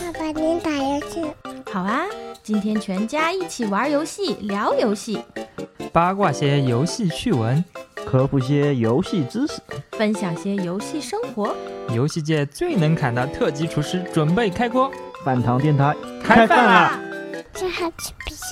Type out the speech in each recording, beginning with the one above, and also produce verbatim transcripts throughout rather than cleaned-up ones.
爸爸，您打游戏。 好啊，今天全家一起玩游戏，聊游戏， 八卦些游戏趣闻， 科普些游戏知识， 分享些游戏生活。 游戏界最能砍的特级厨师准备开锅， 饭堂电台开饭啦！ 这还吃比啥？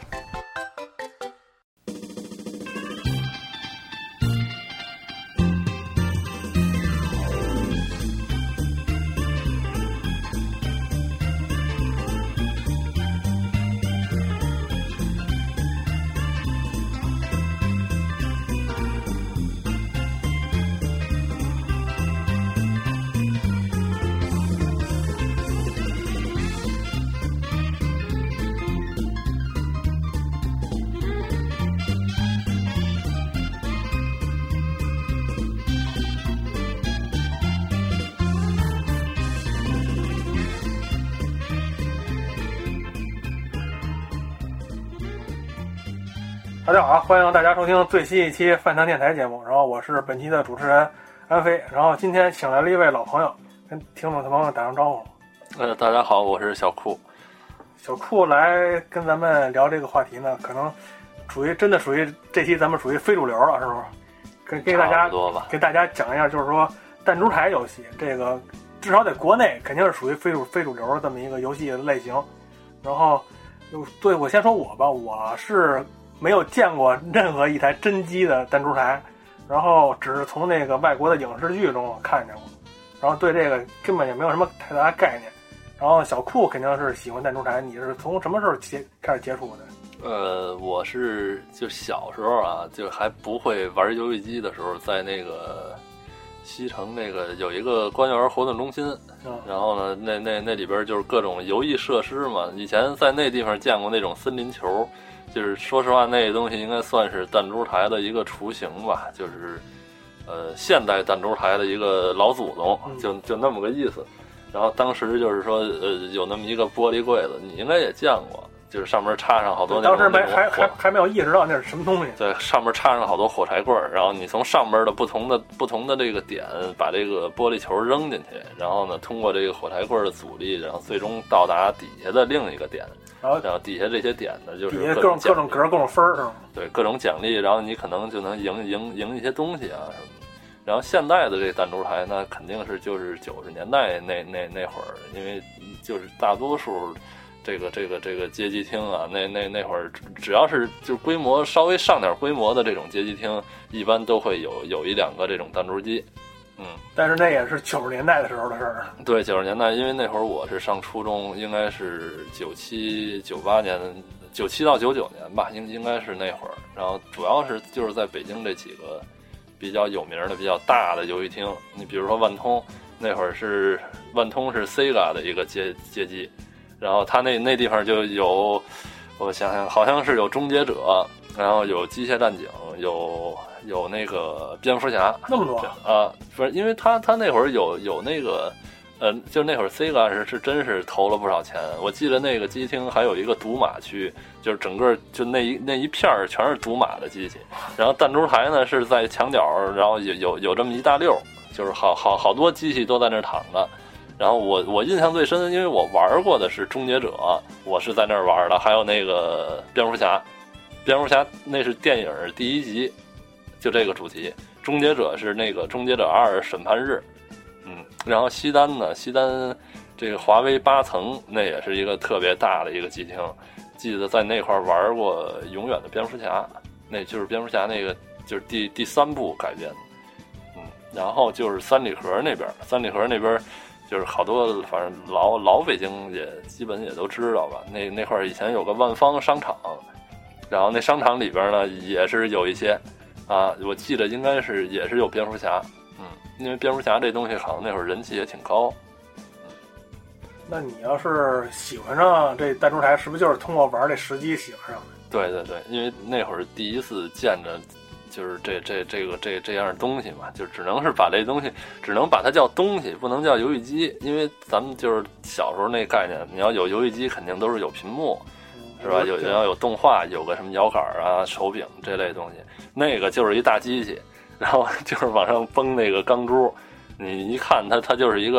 大家好，欢迎大家收听最新一期饭堂电台节目。然后我是本期的主持人安飞。然后今天请来了一位老朋友，跟听众朋友打声招呼。 呃，大家好，我是小酷。 小酷来跟咱们聊这个话题呢，可能属于真的属于这期咱们属于非主流了，是不是？跟给大家给大家讲一下，就是说弹珠台游戏这个，至少在国内肯定是属于非主非主流的这么一个游戏类型。然后，对我先说我吧，我是没有见过任何一台真机的弹珠台，然后只是从那个外国的影视剧中看见过，然后对这个根本也没有什么太大的概念。然后小酷肯定是喜欢弹珠台，你是从什么时候接开始接触的？ 呃，我是就小时候啊，就还不会玩游戏机的时候，在那个西城那个有一个官园活动中心， 嗯、 然后呢，那那那里边就是各种游艺设施嘛。以前在那地方见过那种森林球。就是说实话，那东西应该算是弹珠台的一个雏形吧，就是呃现代弹珠台的一个老祖宗，就就那么个意思。然后当时就是说呃有那么一个玻璃柜子，你应该也见过，就是上面插上好多那种， 当时没还还还没有意识到那是什么东西。 对，上面插上好多火柴棍，然后你从上面的不同的不同的这个点把这个玻璃球扔进去，然后呢通过这个火柴棍的阻力，然后最终到达底下的另一个点。然后，然后底下这些点呢，就是各种各种格、各种分儿，是吗？ 对，各种奖励，然后你可能就能赢赢赢一些东西啊什么的。然后现在的这弹珠台呢，肯定是就是九十年代那那那会儿，因为就是大多数这个这个这个街机厅啊，那那那会儿只要是就是规模稍微上点规模的这种街机厅，一般都会有有一两个这种弹珠机。嗯， 但是那也是九十年代的时候的事儿。 对，九十年代，因为那会儿我是上初中，应该是九七、九八年，九七到九九年吧，应应该是那会儿。然后主要是就是在北京这几个比较有名的、比较大的游戏厅，你比如说万通，那会儿是万通是 Sega 的一个街街机，然后它那那地方就有，我想想，好像是有终结者，然后有机械战警，有。有那个蝙蝠侠， 那么多啊！不是，因为他他那会儿有有那个，呃，就那会儿 Sega 是是真是投了不少钱。我记得那个机厅还有一个赌马区，就是整个就那一那一片儿全是赌马的机器。然后弹珠台呢是在墙角，然后有有有这么一大溜，就是好好好多机器都在那儿躺着。然后我我印象最深，因为我玩过的是终结者，我是在那儿玩的，还有那个蝙蝠侠，蝙蝠侠那是电影第一集。就这个主题，终结者是那个终结者二审判日，嗯，然后西单呢，西单这个华为八层那也是一个特别大的一个机厅，记得在那块玩过永远的蝙蝠侠，那就是蝙蝠侠那个就是第第三部改编的，嗯，然后就是三里河那边，三里河那边就是好多反正老老北京也基本也都知道吧，那那块以前有个万方商场，然后那商场里边呢也是有一些。啊，我记得应该是也是有蝙蝠侠，嗯，因为蝙蝠侠这东西好像那会儿人气也挺高。 嗯，那你要是喜欢上这弹珠台，是不是就是通过玩这时机喜欢上的？ 对对对，因为那会儿第一次见着，就是这这这个这这样的东西嘛，就只能是把这东西，只能把它叫东西，不能叫游戏机，因为咱们就是小时候那概念，你要有游戏机，肯定都是有屏幕。是吧？有要有动画，有个什么摇杆啊、手柄这类东西，那个就是一大机器，然后就是往上绷那个钢珠，你一看它，它就是一个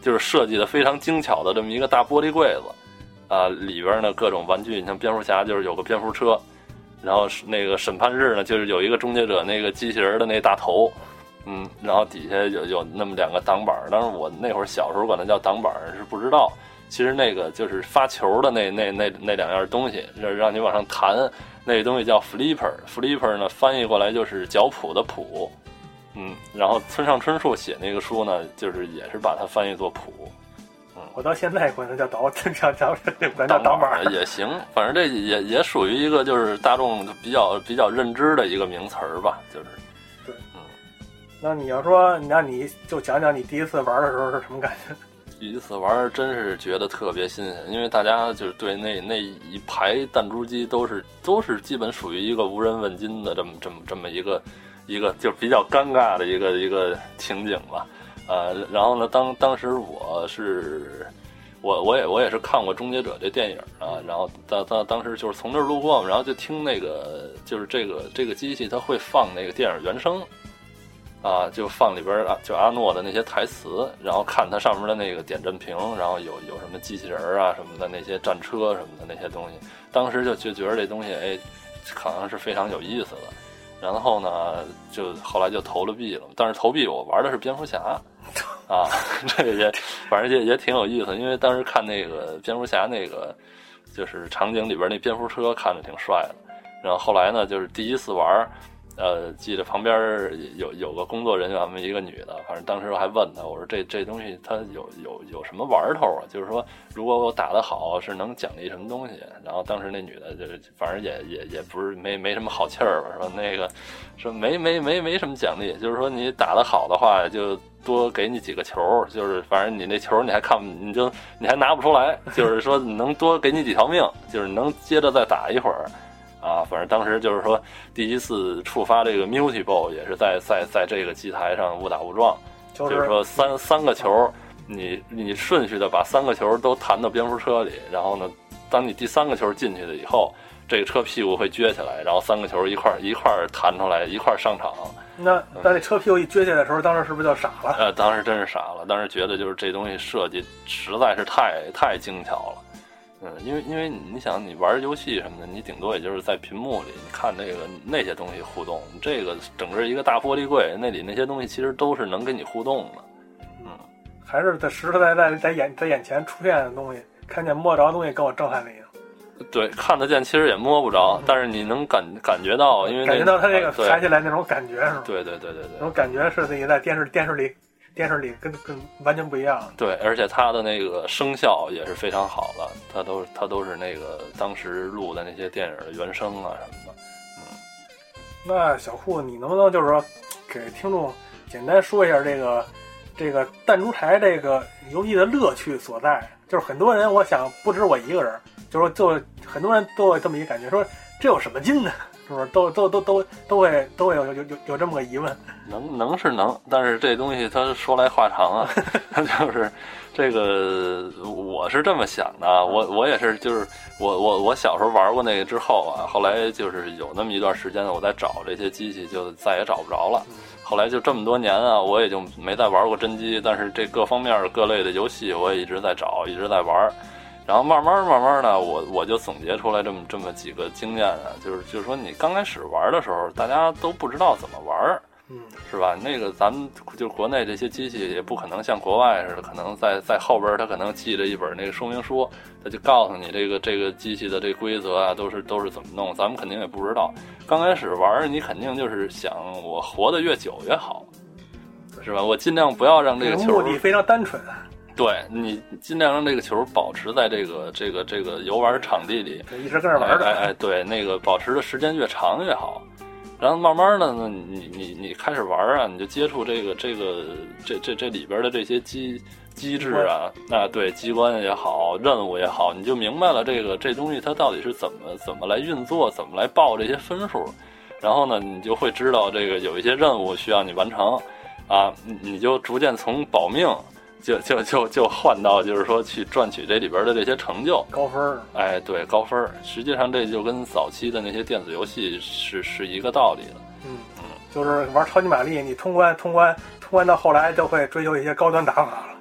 就是设计的非常精巧的这么一个大玻璃柜子，啊，里边呢各种玩具，你像蝙蝠侠就是有个蝙蝠车，然后那个审判日呢就是有一个终结者那个机器人的那大头，嗯，然后底下有有那么两个挡板，当时我那会儿小时候管它叫挡板是不知道，其实那个就是发球的那那那那两样东西，让你往上弹，那个东西叫 flipper，flipper 呢翻译过来就是脚蹼的蹼。嗯，然后村上春树写那个书呢，就是也是把它翻译作谱。嗯， 我到现在管它叫导，叫叫管叫挡板也行，反正这也也属于一个就是大众比较比较认知的一个名词儿吧，就是。 对，嗯。那你要说，那你就讲讲你第一次玩的时候是什么感觉？ 第一次玩真是觉得特别新鲜，因为大家就是对那那一排弹珠机都是都是基本属于一个无人问津的这么这么这么一个。一个就比较尴尬的一个一个情景吧，呃，然后呢，当当时我是，我我也我也是看过《终结者》这电影啊，然后当当当时就是从这儿路过嘛，然后就听那个就是这个这个机器它会放那个电影原声，啊，就放里边啊就阿诺的那些台词，然后看它上面的那个点阵屏，然后有有什么机器人啊什么的那些战车什么的那些东西，当时就就觉得这东西哎，好像是非常有意思的。然后呢，就后来就投了币了，但是投币我玩的是蝙蝠侠，啊，这也反正也也挺有意思，因为当时看那个蝙蝠侠那个就是场景里边那蝙蝠车看着挺帅的，然后后来呢就是第一次玩，呃，记得旁边有有个工作人员嘛，一个女的，反正当时我还问她，我说这这东西它有有有什么玩头啊？就是说如果我打得好是能奖励什么东西？然后当时那女的就反正也也也不是没没什么好气儿吧，说那个说没没没没什么奖励，就是说你打得好的话就多给你几个球，就是反正你那球你还看你就你还拿不出来，就是说你能多给你几条命，就是能接着再打一会儿。啊，反正当时就是说，第一次触发这个 multiple 也是在在在这个机台上误打误撞， 就是、 就是说三三个球，你你顺序的把三个球都弹到蝙蝠车里，然后呢，当你第三个球进去了以后，这个车屁股会撅起来，然后三个球一块一块弹出来，一块上场。 那当那车屁股一撅起来的时候，当时是不是就傻了？ 呃，当时真是傻了，当时觉得就是这东西设计实在是太太精巧了。嗯，因为因为你想，你玩游戏什么的，你顶多也就是在屏幕里你看那个那些东西互动，这个整个一个大玻璃柜，那里那些东西其实都是能跟你互动的。嗯， 还是在实实在在在眼在眼前出现的东西，看见摸着的东西跟我震撼了一样。 对，看得见其实也摸不着，但是你能感感觉到，因为、那个、 感觉到它这个抬起来那种感觉是吧？ 对对对对对， 那种感觉是自己在电视电视里。电视里跟跟完全不一样。 对，而且它的那个声效也是非常好的，它都它都是那个当时录的那些电影的原声啊什么的。嗯， 那小库，你能不能就是说给听众简单说一下这个这个弹珠台这个游戏的乐趣所在？就是很多人，我想不止我一个人，就是说就很多人都有这么一个感觉，说这有什么劲呢？是不是都都都都都会都会有有有有这么个疑问？ 能能是能，但是这东西它说来话长啊，就是这个我是这么想的，我我也是，就是我我我小时候玩过那个之后啊，后来就是有那么一段时间我在找这些机器，就再也找不着了。后来就这么多年啊，我也就没再玩过真机，但是这各方面各类的游戏我也一直在找，一直在玩。然后慢慢慢慢的，我我就总结出来这么这么几个经验啊，就是就是说你刚开始玩的时候，大家都不知道怎么玩，嗯，是吧？那个咱们就国内这些机器也不可能像国外似的，可能在在后边他可能记着一本那个说明书，他就告诉你这个这个机器的这规则啊，都是都是怎么弄，咱们肯定也不知道。刚开始玩，你肯定就是想我活得越久越好，是吧？我尽量不要让这个球， 目的非常单纯。 对，你尽量让这个球保持在这个这个这个游玩场地里， 一直跟着玩的。 哎哎，对，那个保持的时间越长越好。然后慢慢的呢，你你你开始玩啊，你就接触这个这个这这这里边的这些机机制啊，啊对，机关也好，任务也好，你就明白了这个这东西它到底是怎么怎么来运作，怎么来报这些分数。然后呢，你就会知道这个有一些任务需要你完成啊，你就逐渐从保命。就就就就换到就是说去赚取这里边的这些成就高分， 哎，对，高分。实际上这就跟早期的那些电子游戏是是一个道理的。 嗯嗯，就是玩超级玛丽，你通关通关通关到后来就会追求一些高端打法了。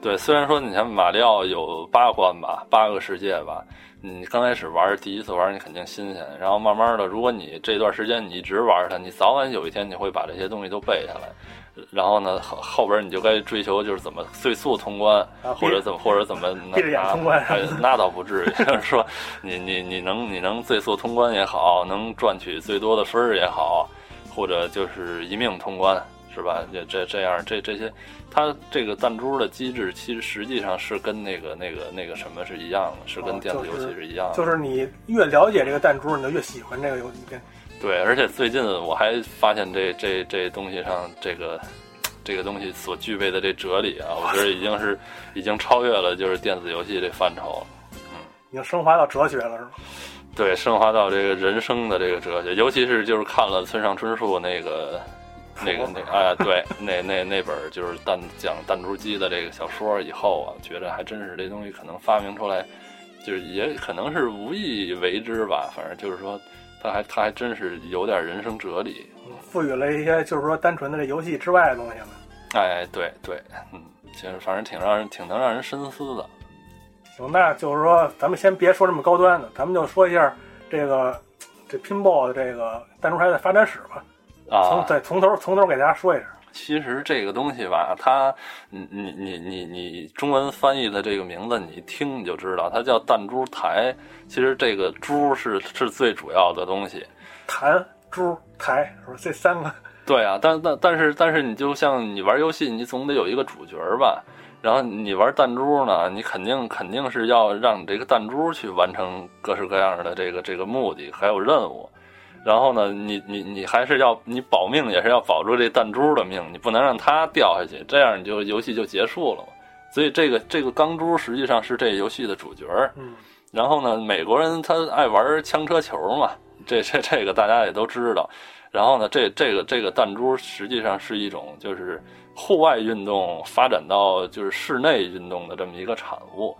对，虽然说你像马里奥有八关吧，八个世界吧，你刚开始玩第一次玩你肯定新鲜，然后慢慢的，如果你这段时间你一直玩它，你早晚有一天你会把这些东西都背下来。然后呢，后后边你就该追求就是怎么最速通关，啊、或者怎么或者怎么闭着眼通关， 那倒不至于。就是说，你你你能你能最速通关也好，能赚取最多的分儿也好，或者就是一命通关，是吧？这这这样这这些，它这个弹珠的机制其实实际上是跟那个那个那个什么是一样的，是跟电子游戏是一样的。 就是、就是你越了解这个弹珠，你就越喜欢这个游戏。 对，而且最近我还发现这这这东西上这个这个东西所具备的这哲理啊，我觉得已经是已经超越了就是电子游戏这范畴了。嗯， 已经升华到哲学了，是吗？ 对，升华到这个人生的这个哲学，尤其是就是看了村上春树那个那个那哎对那那那本就是弹讲弹珠机的这个小说以后啊，觉得还真是这东西可能发明出来，就是也可能是无意为之吧，反正就是说。他还他还真是有点人生哲理， 赋予了一些就是说单纯的这游戏之外的东西了。 哎，对对，嗯，其实反正挺让人挺能让人深思的。 行，那就是说咱们先别说这么高端的，咱们就说一下这个这 Pinball 的这个弹珠台的发展史吧。啊，从再从头从头给大家说一下。 其实这个东西吧，它，你你你你你中文翻译的这个名字，你一听你就知道，它叫弹珠台。其实这个珠是是最主要的东西， 弹珠台是不是这三个？ 对啊，但但但是但是你就像你玩游戏，你总得有一个主角吧。然后你玩弹珠呢，你肯定肯定是要让你这个弹珠去完成各式各样的这个这个目的还有任务。然后呢，你你你还是要你保命，也是要保住这弹珠的命，你不能让它掉下去，这样你就游戏就结束了嘛。所以这个这个钢珠实际上是这游戏的主角。 嗯。 然后呢，美国人他爱玩枪车球嘛，这这这个大家也都知道。然后呢，这这个这个弹珠实际上是一种就是户外运动发展到就是室内运动的这么一个产物。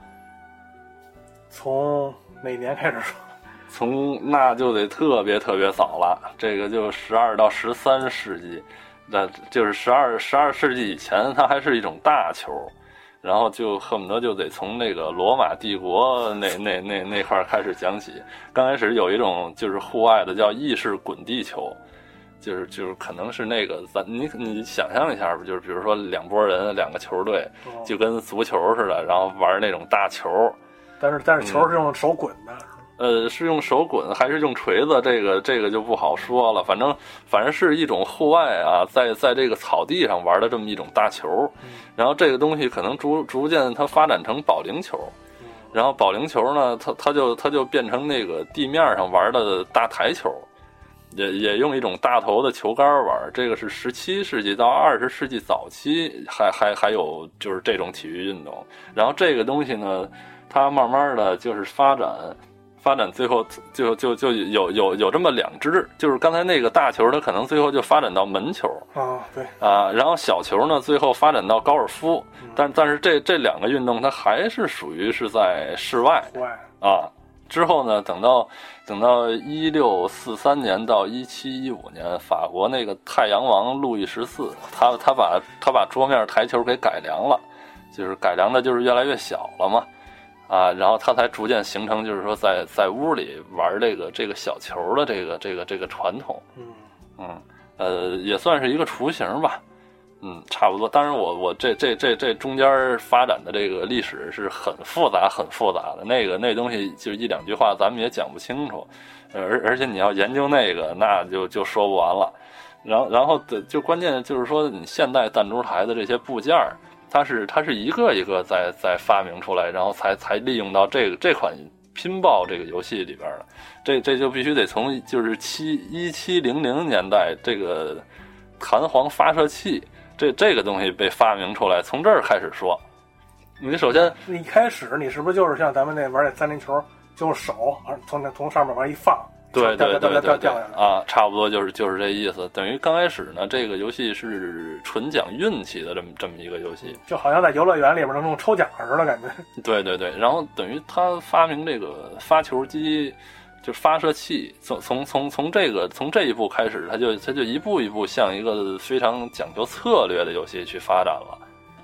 从哪年开始说？ 从那就得特别特别早了，这个就十二到十三世纪，那就是十二十二世纪以前，它还是一种大球，然后就恨不得就得从那个罗马帝国那那那那块开始讲起。刚开始有一种就是户外的叫意式滚地球，就是就是可能是那个咱你你想象一下吧，就是比如说两拨人两个球队，就跟足球似的，然后玩那种大球， 但是但是球是用手滚的。嗯呃，是用手滚还是用锤子？这个这个就不好说了。反正反正是一种户外啊，在在这个草地上玩的这么一种大球。然后这个东西可能逐逐渐它发展成保龄球，然后保龄球呢，它它就它就变成那个地面上玩的大台球，也也用一种大头的球杆玩。这个是十七世纪到二十世纪早期还还还有就是这种体育运动。然后这个东西呢，它慢慢的就是发展。发展最后就就就有有有这么两支，就是刚才那个大球，它可能最后就发展到门球啊，对啊，然后小球呢，最后发展到高尔夫，嗯、但但是这这两个运动它还是属于是在室外啊。之后呢，等到等到一六四三年到一七一五年，法国那个太阳王路易十四，他他把他把桌面台球给改良了，就是改良的就是越来越小了嘛。啊，然后他才逐渐形成，就是说在在屋里玩这个这个小球的这个这个这个传统， 嗯嗯，呃，也算是一个雏形吧，嗯，差不多。当然我，我我这这这这中间发展的这个历史是很复杂很复杂的，那个那东西就一两句话咱们也讲不清楚，而而且你要研究那个，那就就说不完了。然后然后就关键就是说，你现代弹珠台的这些部件。它是它是一个一个在在发明出来，然后才才利用到这个这款拼爆这个游戏里边的。这这就必须得从就是七一七零零年代这个弹簧发射器这这个东西被发明出来，从这儿开始说。你首先一开始你是不是就是像咱们那玩那三连球，就用手从那从上面往一放？ 对对对对对啊，差不多就是就是这意思。等于刚开始呢，这个游戏是纯讲运气的这么这么一个游戏， 就好像在游乐园里边能用抽奖似的感觉。 对对对，然后等于他发明这个发球机，就是发射器，从从从从这个从这一步开始，他就他就一步一步向一个非常讲究策略的游戏去发展了。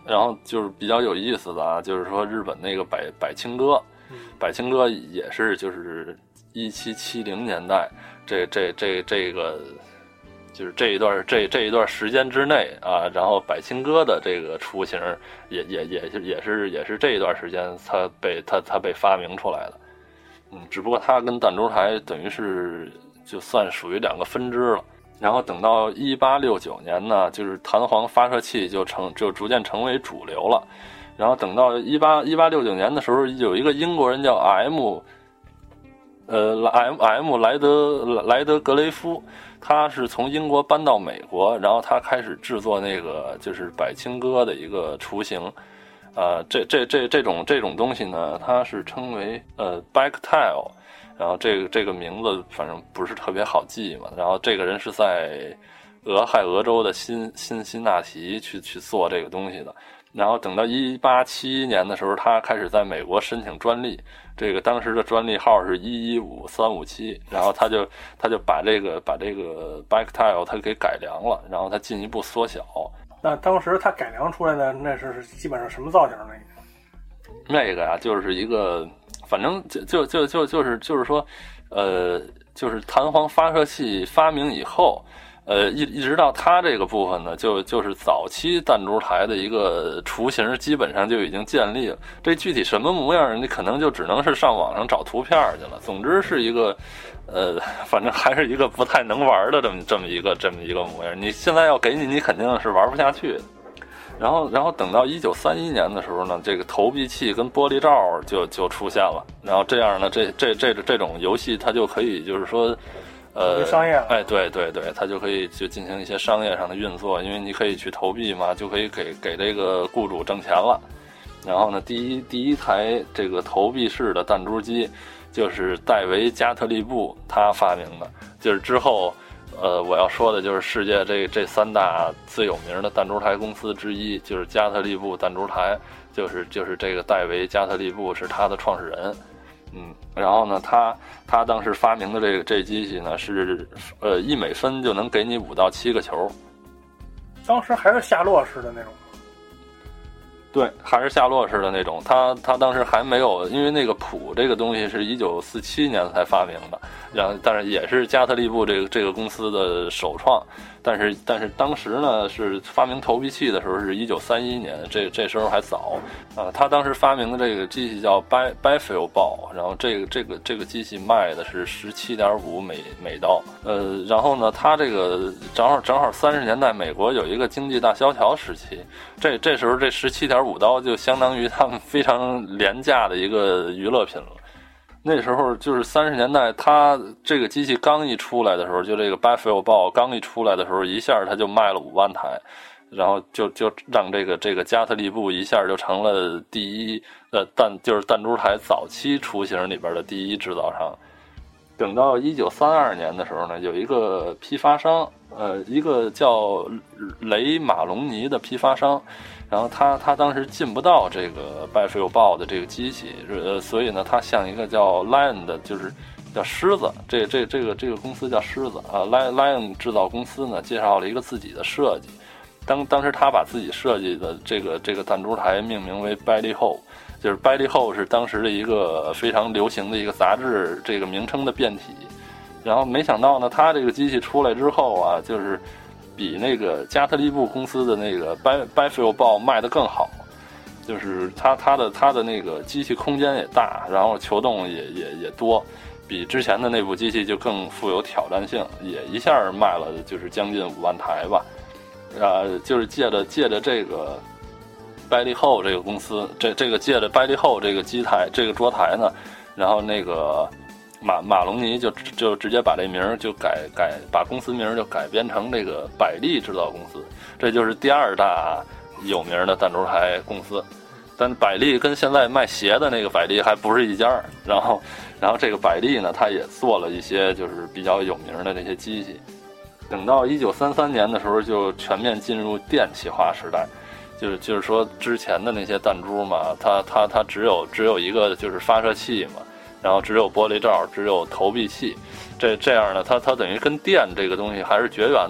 然后就是比较有意思的啊，就是说日本那个百百青哥，百青哥也是就是一七七零年代这这这这个就是这一段这这一段时间之内啊，然后百青哥的这个雏形也也也是也是也是这一段时间它被它它被发明出来的。嗯，只不过它跟弹珠台等于是就算属于两个分支了。然后等到一八六九年呢，就是弹簧发射器就成就逐渐成为主流了。然后等到一八一八六九年的时候，有一个英国人叫 M， 呃 M M 莱德莱德格雷夫，他是从英国搬到美国，然后他开始制作那个就是百青哥的一个雏形。呃，这这这这种这种东西呢，它是称为呃 Bechtel， 然后这个这个名字反正不是特别好记嘛。然后这个人是在俄亥俄州的辛辛辛那提去去做这个东西的。然后等到一八七一年的时候，他开始在美国申请专利，这个当时的专利号是一一五三五七，然后他就他就把这个把这个 Bechtel 他给改良了，然后他进一步缩小。 那当时他改良出来的那是基本上什么造型呢？ 那个呀、啊，就是一个，反正就就就就就是就是说，呃，就是弹簧发射器发明以后，呃，一一直到它这个部分呢，就就是早期弹珠台的一个雏形，基本上就已经建立了。这具体什么模样，你可能就只能是上网上找图片去了。总之是一个。呃，反正还是一个不太能玩的这么这么一个这么一个模样。你现在要给你，你肯定是玩不下去的。然后，然后等到一九三一年的时候呢，这个投币器跟玻璃罩就就出现了。然后这样呢，这这这这种游戏它就可以就是说，呃， 商业了。 哎，对对对，它就可以就进行一些商业上的运作，因为你可以去投币嘛，就可以给给这个雇主挣钱了。然后呢，第一第一台这个投币式的弹珠机。就是戴维·加特利布他发明的，就是之后，呃，我要说的就是世界这这三大最有名的弹珠台公司之一，就是加特利布弹珠台，就是就是这个戴维·加特利布是他的创始人，嗯，然后呢，他他当时发明的这个这机器呢是，呃，一美分就能给你五到七个球， 当时还是下落式的那种。 对，还是下落式的那种。他他当时还没有，因为那个谱这个东西是一九四七年才发明的，然后但是也是加特利布这个这个公司的首创。但是但是当时呢是发明投币器的时候是一九三一年，这这时候还早啊。他当时发明的这个机器叫 Bechtel Ball， 然后这个这个这个机器卖的是十七点五美美刀。呃，然后呢，他这个正好正好三十年代美国有一个经济大萧条时期，这这时候这十七点五刀就相当于他们非常廉价的一个娱乐品了。那时候就是三十年代，它这个机器刚一出来的时候，就这个 Bechtel Ball 刚一出来的时候，一下它就卖了五万台，然后就就让这个这个加特利布一下就成了第一呃弹就是弹珠台早期雏形里边的第一制造商。等到一九三二年的时候呢，有一个批发商，呃，一个叫雷马龙尼的批发商。然后他他当时进不到这个 Bechtel Ball 的这个机器，呃，所以呢，他向一个叫 Lion 的，就是叫狮子，这这这个这个公司叫狮子啊 ，Lion Lion 制造公司呢，介绍了一个自己的设计。当当时他把自己设计的这个这个弹珠台命名为 Belly Hole， 就是 Belly Hole 是当时的一个非常流行的一个杂志这个名称的变体。然后没想到呢，他这个机器出来之后啊，就是比那个加特利布公司的那个 Bechtel Ball 卖得更好，就是它它的它的那个机器空间也大，然后球洞也也也多，比之前的那部机器就更富有挑战性，也一下卖了就是将近五万台吧。呃，就是借着借着这个 Belly Hole 这个公司，这这个借着 Belly Hole 这个机台这个桌台呢，然后那个。马马龙尼就就直接把这名就改改，把公司名就改编成这个百利制造公司，这就是第二大有名的弹珠台公司。但百利跟现在卖鞋的那个百利还不是一家，然后然后这个百利呢，它也做了一些就是比较有名的这些机器。等到一九三三年的时候，就全面进入电气化时代。就是就是说之前的那些弹珠嘛，它它它只有只有一个就是发射器嘛。然后只有玻璃罩，只有投币器，这这样呢，它它等于跟电这个东西还是绝缘的。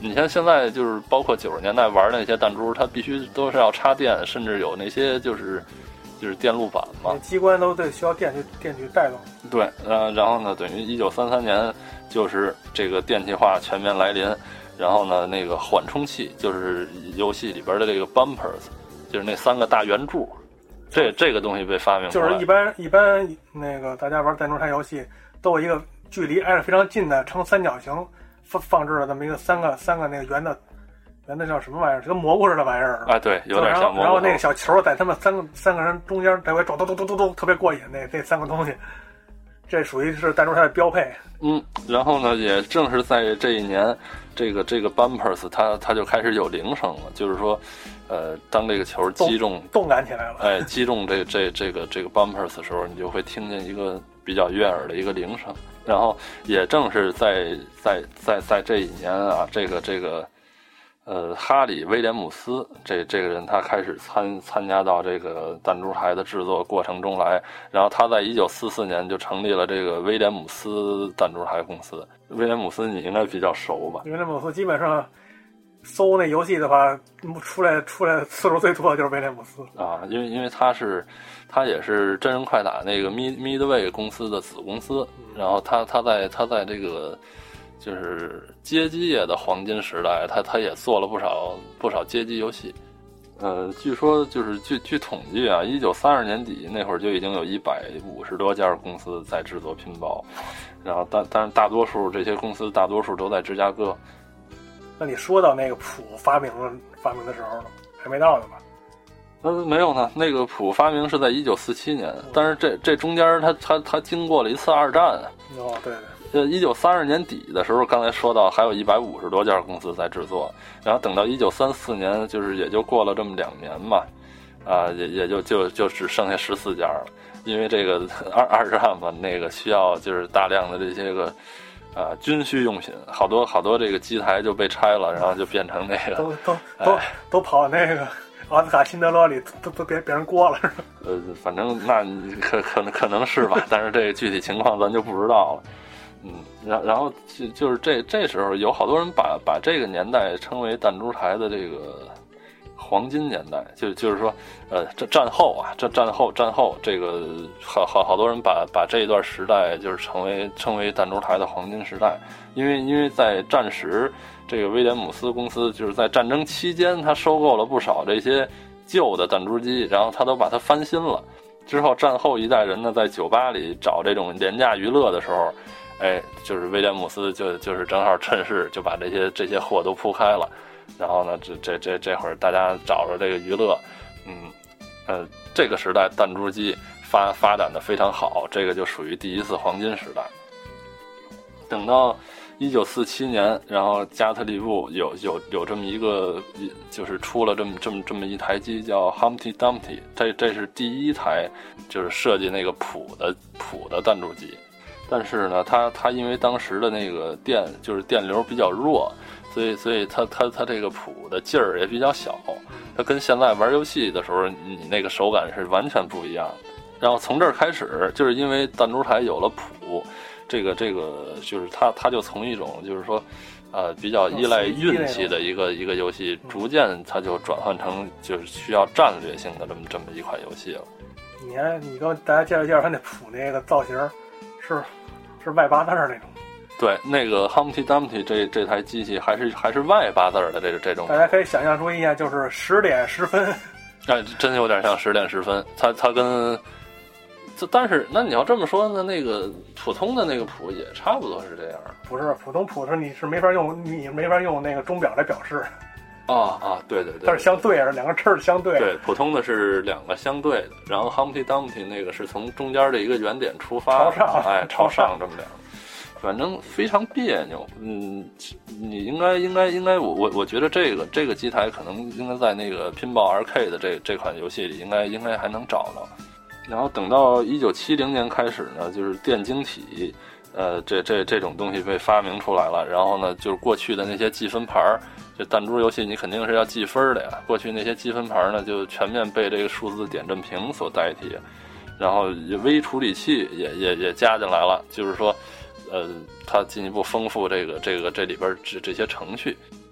你像现在就是包括九十年代玩的那些弹珠，它必须都是要插电，甚至有那些就是就是电路板嘛， 机关都得需要电去电去带动。对， 呃，然后呢，等于一九三三年就是这个电气化全面来临，然后呢，那个缓冲器就是游戏里边的这个 bumpers， 就是那三个大圆柱，这这个东西被发明出来。 就是一般一般那个大家玩弹珠台游戏都有一个距离挨着非常近的呈三角形放放置了这么一个三个三个那个圆的。那叫什么玩意儿？跟蘑菇似的玩意儿啊，对，有点像蘑菇。 然后那个小球在他们三个三个人中间来回转，咚咚咚咚咚，特别过瘾。那那三个东西，这属于是弹珠台的标配。 嗯，然后呢，也正是在这一年，这个这个 bumpers 它它就开始有铃声了，就是说，呃，当这个球击中动感起来了， 哎，击中这这这个这个 bumpers 的时候，你就会听见一个比较悦耳的一个铃声。然后也正是在在在在这一年啊，这个这个。呃，哈里·威廉姆斯这这个人，他开始参参加到这个弹珠台的制作过程中来。然后他在一九四四年就成立了这个威廉姆斯弹珠台公司。威廉姆斯你应该比较熟吧？ 威廉姆斯基本上搜那游戏的话，出来出来次数最多的就是威廉姆斯啊，因为因为他是他也是真人快打那个 Mid Midway 公司的子公司，然后他他在他在这个。就是街机业的黄金时代，他他也做了不少不少街机游戏。呃，据说就是据据统计啊，一九三二年底那会儿就已经有一百五十多家公司在制作拼包，然后但但是大多数这些公司大多数都在芝加哥。 那你说到那个谱发明发明的时候呢，还没到呢吧？ 呃，没有呢，那个谱发明是在一九四七年，但是这这中间它它它经过了一次二战。 哦，对对。 呃，一九三二年底的时候，刚才说到还有一百五十多家公司在制作，然后等到一九三四年，就是也就过了这么两年嘛，啊，也也就就就只剩下十四家了，因为这个二二战嘛，那个需要就是大量的这些个啊军需用品，好多好多这个机台就被拆了，然后就变成那个都都都、哎、都跑那个奥斯卡辛德勒里都都别别人过了， 呃，反正那可可能可能是吧，但是这个具体情况咱就不知道了。嗯，然然后就就是这这时候有好多人把把这个年代称为弹珠台的这个黄金年代，就就是说，呃，这战后啊，这战后战后这个好好好多人把把这一段时代就是成为称为弹珠台的黄金时代，因为因为在战时，这个威廉姆斯公司就是在战争期间，他收购了不少这些旧的弹珠机，然后他都把它翻新了。之后战后一代人呢，在酒吧里找这种廉价娱乐的时候。哎，就是威廉姆斯就就是正好趁势就把这些这些货都铺开了，然后呢，这这这这会儿大家找着这个娱乐，嗯，呃，这个时代弹珠机发发展的非常好，这个就属于第一次黄金时代。等到一九四七年，然后加特利布有有有这么一个，就是出了这么这么这么一台机叫 Humpty Dumpty， 这这是第一台就是设计那个谱的谱的弹珠机。但是呢，它它因为当时的那个电就是电流比较弱，所以所以它它它这个谱的劲儿也比较小，它跟现在玩游戏的时候你那个手感是完全不一样的。然后从这儿开始，就是因为弹珠台有了谱，这个这个就是它它就从一种就是说，呃比较依赖运气的一个一个游戏，逐渐它就转换成就是需要战略性的这么这么一款游戏了。 你看，你跟大家介绍介绍它那谱那个造型。是，是外八字儿那种。 对，那个 Humpty Dumpty 这这台机器还是还是外八字的这个这种。 大家可以想象出一下，就是十点十分。 哎，真有点像十点十分。它它跟，这但是那你要这么说呢，那个普通的那个谱也差不多是这样。 不是普通谱是你是没法用，你没法用那个钟表来表示。 啊啊，对对对， 它是相对着，两个翅相对。 对，普通的是两个相对的，然后 Humpty Dumpty 那个是从中间的一个原点出发， 朝上， 哎，朝上这么两个，反正非常别扭。嗯，你应该应该应该，我我我觉得这个这个机台可能应该在那个拼爆 R K 的这这款游戏里，应该应该还能找到。然后等到一九七零年开始呢，就是电晶体，呃，这这这种东西被发明出来了。然后呢，就是过去的那些计分盘儿。这弹珠游戏你肯定是要计分的呀，过去那些积分盘呢就全面被这个数字点阵屏所代替，然后微处理器也也也加进来了，就是说，呃，它进一步丰富这个这个这里边这这些程序。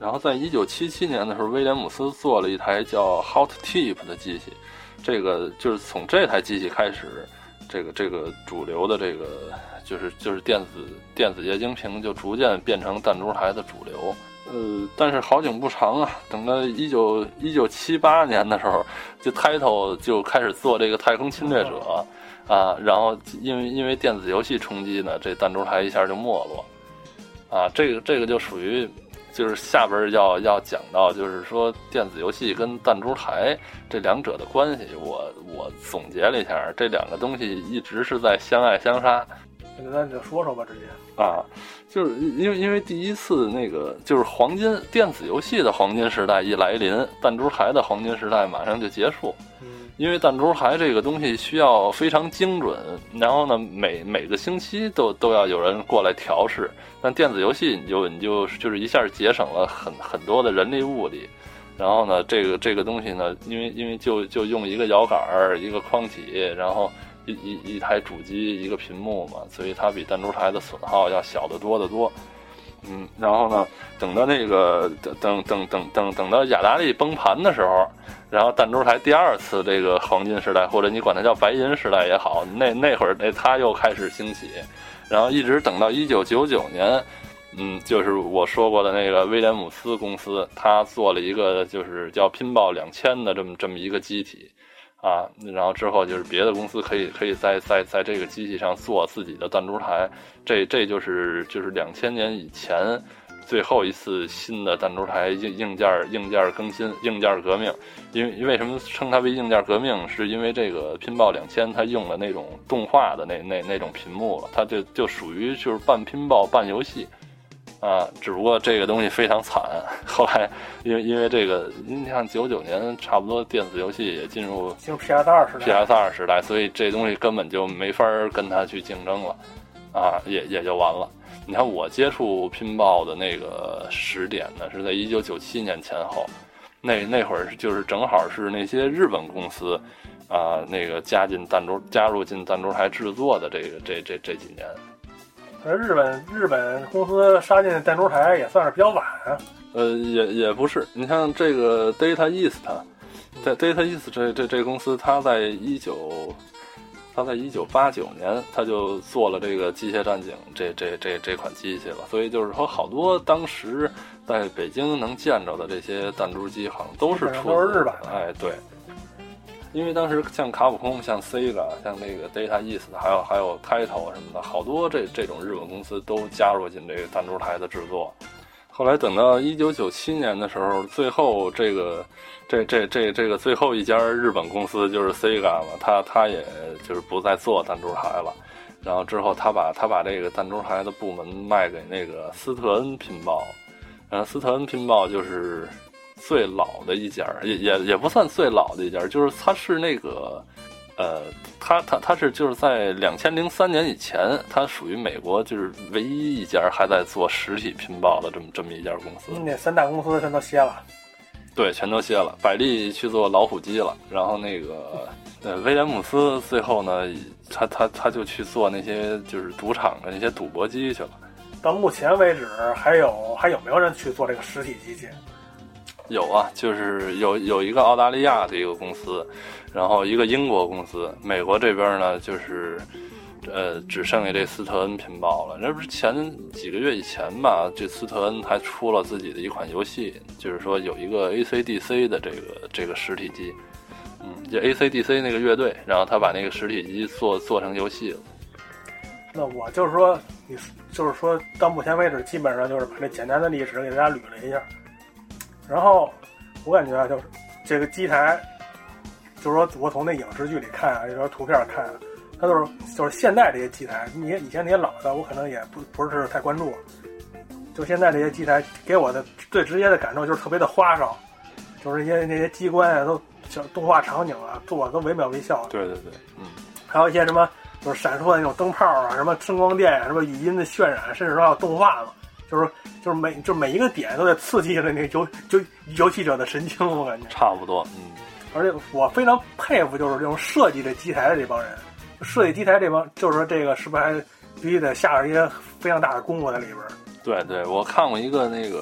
然后在一九七七年的时候，威廉姆斯做了一台叫 Hot Tip 的机器，这个就是从这台机器开始，这个这个主流的这个就是就是电子电子液晶屏就逐渐变成弹珠台的主流。呃，但是好景不长啊，等到一九一九七八年的时候，就 Taito 就开始做这个太空侵略者啊，然后因为因为电子游戏冲击呢，这弹珠台一下就没落啊，这个这个就属于。就是下边要要讲到，就是说电子游戏跟弹珠台这两者的关系，我我总结了一下，这两个东西一直是在相爱相杀。 那你就说说吧，直接啊，就是因为因为第一次那个就是黄金电子游戏的黄金时代一来临，弹珠台的黄金时代马上就结束。因为弹珠台这个东西需要非常精准，然后呢，每每个星期都都要有人过来调试。但电子游戏你就你就就是一下节省了很很多的人力物力，然后呢，这个这个东西呢，因为因为就就用一个摇杆一个框体，然后一一一台主机一个屏幕嘛，所以它比弹珠台的损耗要小得多得多。嗯，然后呢，等到那个等等等等等等到雅达利崩盘的时候，然后弹珠台第二次这个黄金时代，或者你管它叫白银时代也好，那那会儿那它又开始兴起，然后一直等到一九九九年，嗯，就是我说过的那个威廉姆斯公司，它做了一个就是叫拼爆两千的这么这么一个机体。啊，然后之后就是别的公司可以可以在在在这个机器上做自己的弹珠台，这这就是就是两千年以前最后一次新的弹珠台硬硬件硬件更新硬件革命。因为为什么称它为硬件革命？是因为这个拼爆两千它用了那种动画的那那那种屏幕了，它就就属于就是半拼爆半游戏。啊，只不过这个东西非常惨。后来，因为因为这个，你像九九年，差不多电子游戏也进入进入 P S 二时代 ，P S 二时代，所以这东西根本就没法跟它去竞争了，啊，也也就完了。你看我接触拼爆的那个时点呢，是在一九九七年前后，那那会儿就是正好是那些日本公司，啊，那个加进弹珠加入进弹珠台制作的这个这这这几年。 而日本日本公司杀进弹珠台也算是比较晚啊。 呃，也也不是，你像这个 Data East， 在 Data East 这这这公司，它在一九，它在一九八九年，它就做了这个机械战警这这这这款机器了。所以就是说，好多当时在北京能见着的这些弹珠机，好像都是出都是日版的。 哎，对。因为当时像卡普空、像 Sega、像那个 Data East， 还有还有 Taito 什么的，好多这这种日本公司都加入进这个弹珠台的制作。后来等到一九九七年的时候，最后这个这这这这个最后一家日本公司就是 Sega 嘛，他他也就是不再做弹珠台了。然后之后他把他把这个弹珠台的部门卖给那个斯特恩拼爆，然后斯特恩拼爆就是最老的一家，也也也不算最老的一家，就是它是那个，呃，它它它是就是在两千零三年以前，它属于美国就是唯一一家还在做实体拼爆的这么这么一家公司。 那三大公司全都歇了。 对，全都歇了。百利去做老虎机了，然后那个呃威廉姆斯最后呢，他他他就去做那些就是赌场的那些赌博机去了。 到目前为止，还有还有没有人去做这个实体机器？ 有啊，就是有有一个澳大利亚的一个公司，然后一个英国公司，美国这边呢就是呃只剩下这斯特恩拼爆了。这不是前几个月以前吧，这斯特恩还出了自己的一款游戏，就是说有一个 A C D C 的这个这个实体机，嗯，就 A C D C 那个乐队，然后他把那个实体机做做成游戏了。 那我就是说，你就是说到目前为止，基本上就是把这简单的历史给大家捋了一下。然后我感觉啊，就是这个机台，就是说我从那影视剧里看啊，就是说图片看啊，它都是就是现在这些机台，你以前那些老的我可能也不不是太关注，就现在这些机台给我的最直接的感受就是特别的花哨，就是那些那些机关啊，都像动画场景啊，做的都惟妙惟肖。 对对对，嗯， 还有一些什么就是闪烁的那种灯泡啊，什么声光电啊，什么语音的渲染，甚至说还有动画嘛。就是就是每就每一个点都在刺激着那个游就游戏者的神经，我感觉差不多，嗯。 而且我非常佩服，就是这种设计这机台的这帮人，设计机台这帮，就是说这个是不是还必须得下着一些非常大的功夫在里边？ 对对，我看过一个那个